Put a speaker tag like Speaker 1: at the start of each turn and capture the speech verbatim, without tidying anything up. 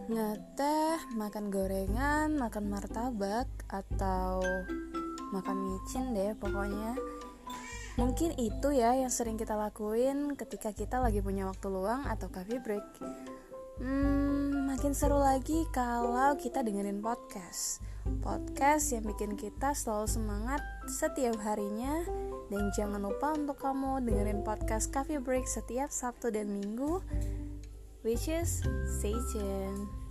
Speaker 1: Ngeteh, makan gorengan, makan martabak, atau makan micin deh pokoknya. Mungkin itu ya yang sering kita lakuin ketika kita lagi punya waktu luang atau coffee break. Hmm, makin seru lagi kalau kita dengerin podcast. Podcast yang bikin kita selalu semangat setiap harinya. Dan jangan lupa untuk kamu dengerin podcast Coffee Break setiap Sabtu dan Minggu, which is stay tuned.